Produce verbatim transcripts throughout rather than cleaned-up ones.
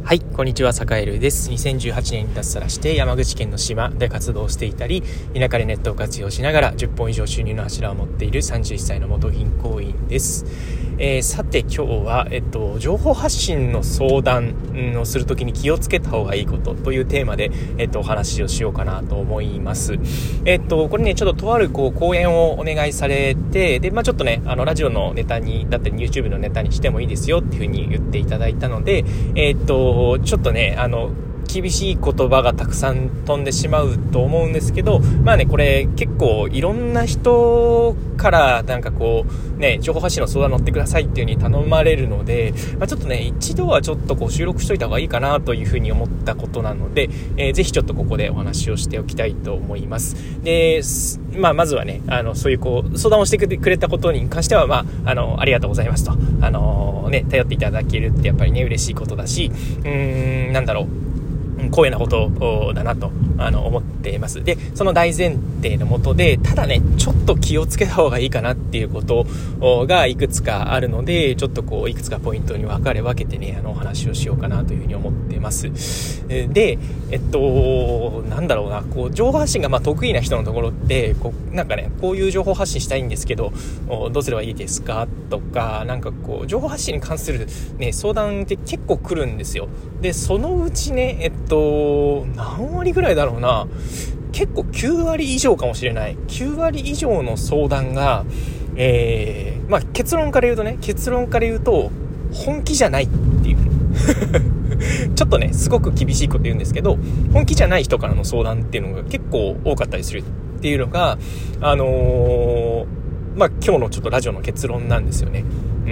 はい、こんにちは、坂井です。にせんじゅうはちねんに脱サラして山口県の島で活動していたり、田舎でネットを活用しながらじゅっぽん以上収入の柱を持っているさんじゅういっさいの元銀行員です。えー、さて今日は、えっと、情報発信の相談をするときに気をつけた方がいいことというテーマで、えっと、お話をしようかなと思います。えっと、これね、ちょっととあるこう講演をお願いされて、で、まあちょっとね、あの、ラジオのネタに、だったり YouTube のネタにしてもいいですよっていうふうに言っていただいたので、えっと、ちょっとね、あの、厳しい言葉がたくさん飛んでしまうと思うんですけど、まあね、これ結構いろんな人からなんかこうね、情報発信の相談乗ってくださいっていう風に頼まれるので、まあ、ちょっとね、一度はちょっとこう収録しといた方がいいかなという風に思ったことなので、えー、ぜひちょっとここでお話をしておきたいと思います。で、まあまずはね、あのそういうこう相談をしてくれたことに関しては、まああのありがとうございますと、あのね、頼っていただけるってやっぱりね、嬉しいことだし、うーん、なんだろう。光栄なことだなとあの思っています。で、その大前提のもとで、ただね、ちょっと気をつけた方がいいかなっていうことがいくつかあるので、ちょっとこういくつかポイントに分かれ分けてね、あのお話をしようかなというふうに思っています。で、えっとなんだろうな、こう情報発信がまあ得意な人のところって、こうなんかね、こういう情報発信したいんですけど、どうすればいいですかとか、なんかこう情報発信に関するね相談って結構来るんですよ。で、そのうちね、えっと何割ぐらいだろうな、結構きゅうわり以上かもしれない。きゅうわり以上の相談が、えー、まあ結論から言うとね、結論から言うと本気じゃないっていうちょっとね、すごく厳しいこと言うんですけど、本気じゃない人からの相談っていうのが結構多かったりするっていうのが、あのー、まあ今日のちょっとラジオの結論なんですよね。うん。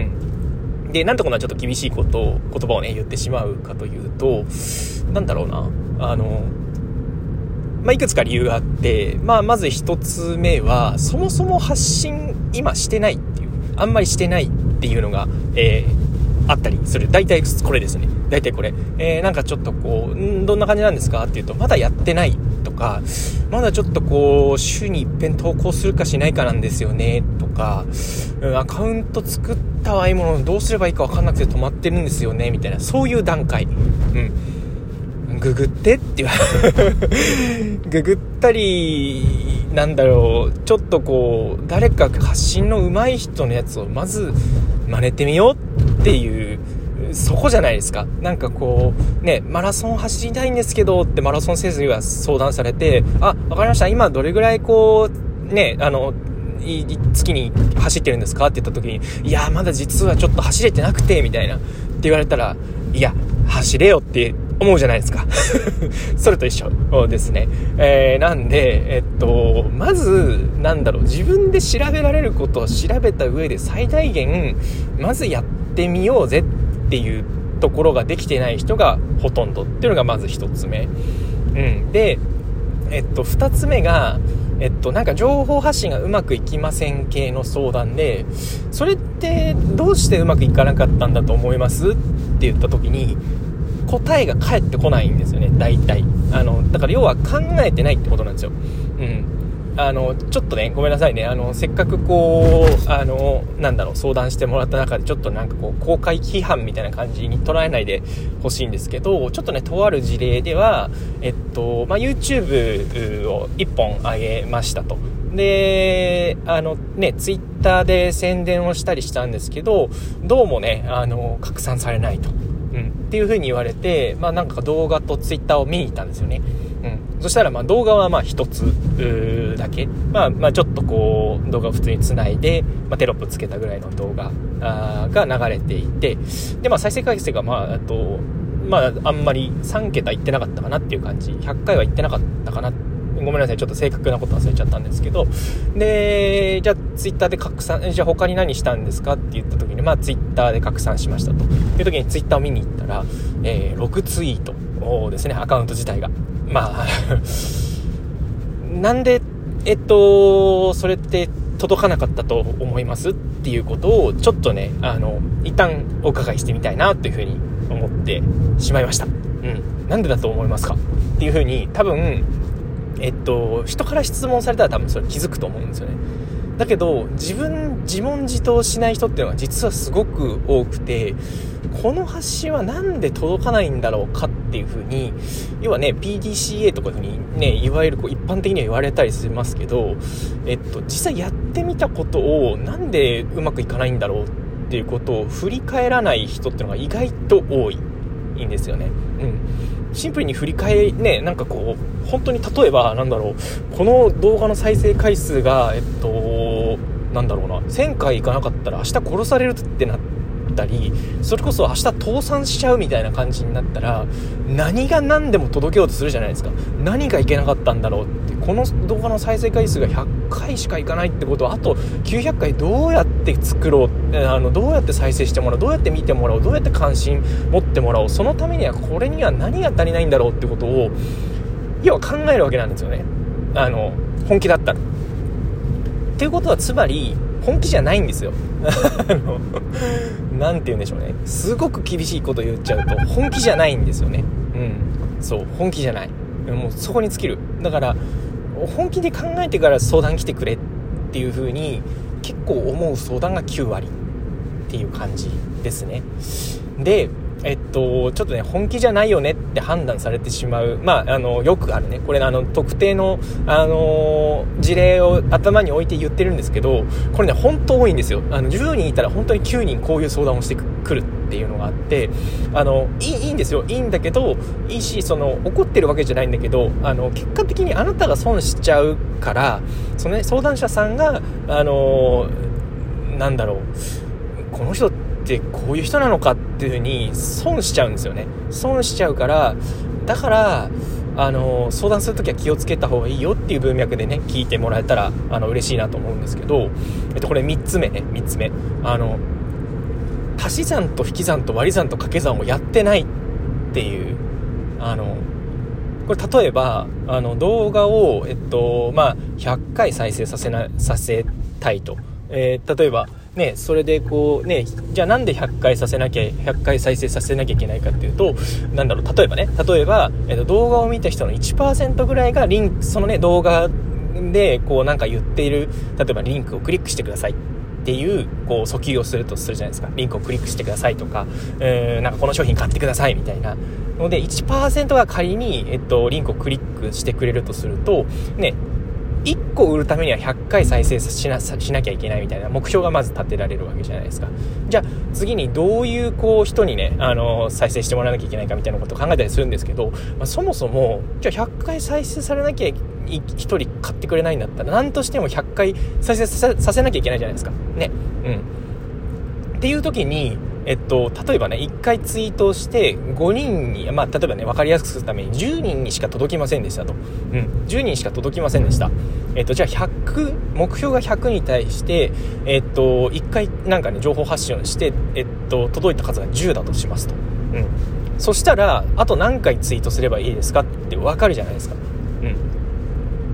で、なんとこんなちょっと厳しいことを、言葉をね、言ってしまうかというと、なんだろうな、あの、まあ、いくつか理由があって、まあ、まず一つ目は、そもそも発信、今してないっていう、あんまりしてないっていうのが、えー、あったりする。大体これですね。大体これ。えー、なんかちょっとこう、んどんな感じなんですかっていうと、まだやってないとか、まだちょっとこう、週に一遍投稿するかしないかなんですよね、とか、アカウント作ったはいいものどうすればいいか分かんなくて止まってるんですよね、みたいな、そういう段階。うん。ググってって言わググったり、なんだろう、ちょっとこう誰か発信の上手い人のやつをまず真似てみようっていう、そこじゃないですか。なんかこうね、マラソン走りたいんですけどってマラソンせずには相談されて、あ、わかりました、今どれぐらいこうね、あの月に走ってるんですかって言った時に、いやまだ実はちょっと走れてなくてみたいなって言われたら、いや走れよって思うじゃないですかそれと一緒ですね。えー、なんで、えっと、まずなんだろう、自分で調べられることを調べた上で最大限まずやってみようぜっていうところができてない人がほとんどっていうのがまず一つ目、うん、で、えっと、二つ目が、えっと、なんか情報発信がうまくいきません系の相談で、それってどうしてうまくいかなかったんだと思いますって言った時に答えが返ってこないんですよね、大体。あのだから要は考えてないってことなんですよ。うん。あのちょっとね、ごめんなさいね、あのせっかくこうあのなんだろう、相談してもらった中でちょっとなんかこう公開批判みたいな感じに捉えないでほしいんですけど、ちょっとね、とある事例では、えっとまあ、YouTube をいっぽん上げましたと。で、あのね、ツイッターで宣伝をしたりしたんですけど、どうもね、あの拡散されないと、うん、っていう風に言われて、まあなんか動画とツイッターを見に行ったんですよね。うん、そしたらまあ動画はまあ一つだけ、まあまあちょっとこう動画を普通につないで、まあ、テロップつけたぐらいの動画あが流れていて、でまあ再生回数がまああとまああんまりさんけたいってなかったかなっていう感じ、ひゃっかいはいってなかったかな。ごめんなさい、ちょっと正確なこと忘れちゃったんですけど、でじゃあツイッターで拡散、じゃあ他に何したんですかって言った時に、まあツイッターで拡散しましたという時にツイッターを見に行ったら、えー、ろくツイートですね、アカウント自体が。まあなんでえっとそれって届かなかったと思いますっていうことをちょっとね、あの一旦お伺いしてみたいなというふうに思ってしまいました。うん、なんでだと思いますかっていうふうに、多分えっと人から質問されたら多分それ気づくと思うんですよね。 だけど自分自問自答しない人っていうのは実はすごく多くて、この発信はなんで届かないんだろうかっていうふうに、要はね ピーディーシーエー とかにね、いわゆるこう一般的には言われたりしますけど、えっと実際やってみたことをなんでうまくいかないんだろうっていうことを振り返らない人っていうのが意外と多いんですよね。うん。シンプルに振り返りね、なんかこう本当に例えばなんだろう、この動画の再生回数がえっとなんだろうなせんかいいかなかったら明日殺されるってなったり、それこそ明日倒産しちゃうみたいな感じになったら、何が何でも届けようとするじゃないですか。何がいけなかったんだろうって、この動画の再生回数がひゃっかいしかいかないってことは、あときゅうひゃっかいどうやって作ろう、あのどうやって再生してもらおう、どうやって見てもらおう、どうやって関心持ってもらおう、そのためにはこれには何が足りないんだろうってことを要は考えるわけなんですよね。あの本気だったらっていうことは、つまり本気じゃないんですよあのなんて言うんでしょうね、すごく厳しいこと言っちゃうと本気じゃないんですよね。うん、そう本気じゃない、もうそこに尽きる。だから本気で考えてから相談来てくれっていう風に結構思う相談がきゅうわりっていう感じですね。でえっと、ちょっとね本気じゃないよねって判断されてしまう、まあ、あのよくあるね、これあの特定の、あのー、事例を頭に置いて言ってるんですけど、これね本当多いんですよ。あのじゅうにんいたら本当にきゅうにんこういう相談をしてくるっていうのがあって、あのいい、いいんですよ、いいんだけど、いいし、その怒ってるわけじゃないんだけど、あの結果的にあなたが損しちゃうから、その、ね、相談者さんが、あのー、なんだろう、この人ってでこういう人なのかっていう風に損しちゃうんですよね。損しちゃうから、だからあの相談するときは気をつけた方がいいよっていう文脈でね聞いてもらえたらあの嬉しいなと思うんですけど、えっとこれみっつめね、みっつめ、あの足し算と引き算と割り算と掛け算をやってないっていう、あのこれ例えばあの動画をえっとまあひゃっかい再生させなさせたいと、えー、例えばね、それでこうね、じゃあなんでひゃっかいさせなきゃひゃっかい再生させなきゃいけないかっていうと、なんだろう、例えばね、例えば、えっと、動画を見た人の いちパーセント ぐらいがリンク、そのね動画でこうなんか言っている、例えばリンクをクリックしてくださいっていうこう訴求をするとするじゃないですか。リンクをクリックしてくださいとか、えー、なんかこの商品買ってくださいみたいなので いちパーセント が仮に、えっと、リンクをクリックしてくれるとするとね、いっこ売るためにはひゃっかい再生し な, しなきゃいけないみたいな目標がまず立てられるわけじゃないですか。じゃあ次にどういうこう人にね、あの再生してもらわなきゃいけないかみたいなことを考えたりするんですけど、まあ、そもそもじゃあひゃっかい再生されなきゃひとり買ってくれないんだったら、何としてもひゃっかい再生さ せ, させなきゃいけないじゃないですかね。うんっていう時にえっと、例えばねいっかいツイートをしてごにんに、まあ、例えばね分かりやすくするためにじゅうにんにしか届きませんでしたと、うん、じゅうにんしか届きませんでした。えっと、じゃあひゃく目標がひゃくに対して、えっと、いっかいなんかね情報発信をして、えっと、届いた数がじゅうだとしますと、うん、そしたらあと何回ツイートすればいいですかって分かるじゃないですか、うん、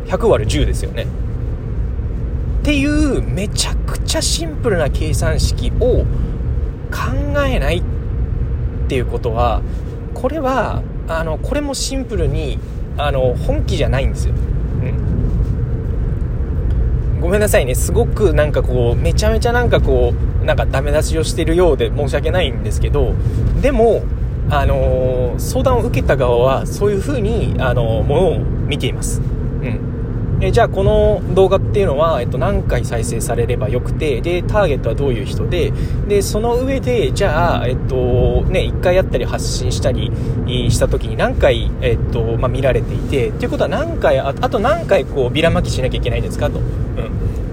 ひゃくわるじゅうですよねっていうめちゃくちゃシンプルな計算式を考えないっていうことは、これはあのこれもシンプルにあの本気じゃないんですよ、うん、ごめんなさいね、すごくなんかこうめちゃめちゃなんかこうなんかダメ出しをしてるようで申し訳ないんですけど、でもあの相談を受けた側はそういう風にあのものを見ています、うんえじゃあこの動画っていうのは、えっと、何回再生されればよくて、でターゲットはどういう人で、でその上でじゃあ、えっとね、いっかいやったり発信したりした時に何回、えっとまあ、見られていてっていうことは何回 あ, あと何回こうビラまきしなきゃいけないんですかと、うん、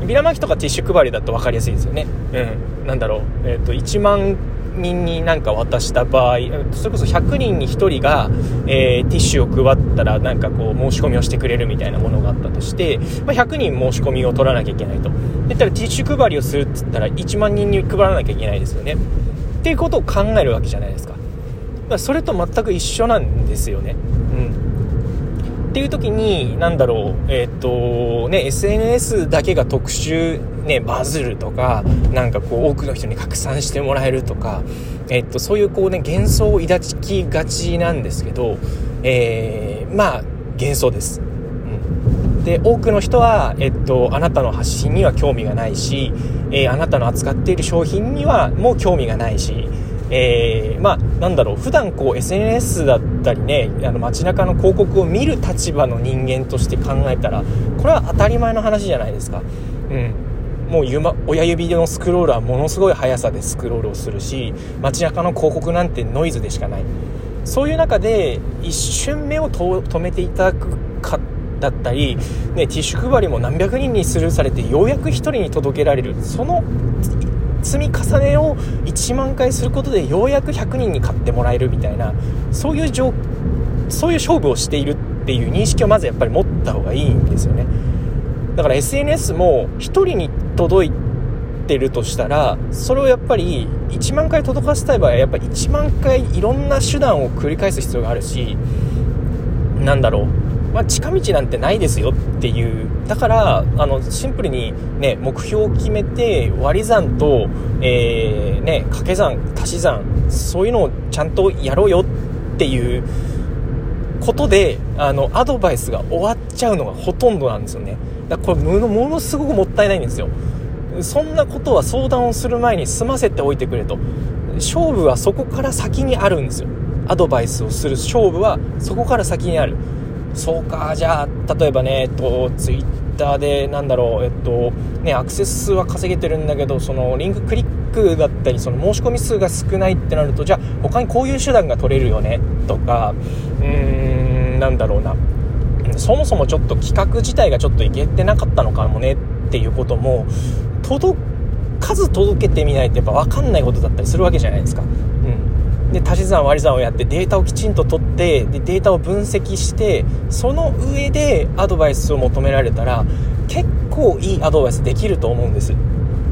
ビラまきとかティッシュ配りだと分かりやすいですよね、うん、なんだろう、えっと、いちまんにんになんか渡した場合、それこそひゃくにんにひとりが、えー、ティッシュを配ったらなんかこう申し込みをしてくれるみたいなものがあったとして、まあ、ひゃくにん申し込みを取らなきゃいけないと。でたらティッシュ配りをするって言ったらいちまんにんに配らなきゃいけないですよねっていうことを考えるわけじゃないですか。だからそれと全く一緒なんですよね、うんっていう時になんだろう、えーっとね、エスエヌエス だけが特殊、ね、バズるとかなんかこう多くの人に拡散してもらえるとか、えーっとそういうこうね幻想を抱きがちなんですけど、えー、まあ幻想です、うん、 で多くの人は、えっと、あなたの発信には興味がないし、えー、あなたの扱っている商品にはもう興味がないし、えー、まあなんだろう普段こう エスエヌエス だったりねあの街中の広告を見る立場の人間として考えたらこれは当たり前の話じゃないですか。うんもうゆ、ま、親指のスクロールはものすごい速さでスクロールをするし街中の広告なんてノイズでしかない。そういう中で一瞬目をと止めていただくかだったり、ね、ティッシュ配りも何百人にスルーされてようやく一人に届けられるその積み重ねをいちまんかいすることでようやくひゃくにんに買ってもらえるみたいなそういう状そういう勝負をしているっていう認識をまずやっぱり持った方がいいんですよね。だから エスエヌエス もひとりに届いてるとしたらそれをやっぱりいちまんかい届かせたい場合はやっぱりいちまんかいいろんな手段を繰り返す必要があるしなんだろうまあ、近道なんてないですよっていうだからあのシンプルに、ね、目標を決めて割り算と、えーね、掛け算足し算そういうのをちゃんとやろうよっていうことであのアドバイスが終わっちゃうのがほとんどなんですよね。だからこれものすごくもったいないんですよ。そんなことは相談をする前に済ませておいてくれと。勝負はそこから先にあるんですよ。アドバイスをする勝負はそこから先にある。そうかじゃあ例えばね、えっと、ツイッターでなんだろう、えっとね、アクセス数は稼げてるんだけどそのリンククリックだったりその申し込み数が少ないってなるとじゃあ他にこういう手段が取れるよねとかうーんなんだろうなそもそもちょっと企画自体がちょっといけてなかったのかもねっていうことも届数届けてみないとやっぱ分かんないことだったりするわけじゃないですか。うん、で足し算割り算をやってデータをきちんと取ってでデータを分析してその上でアドバイスを求められたら結構いいアドバイスできると思うんです。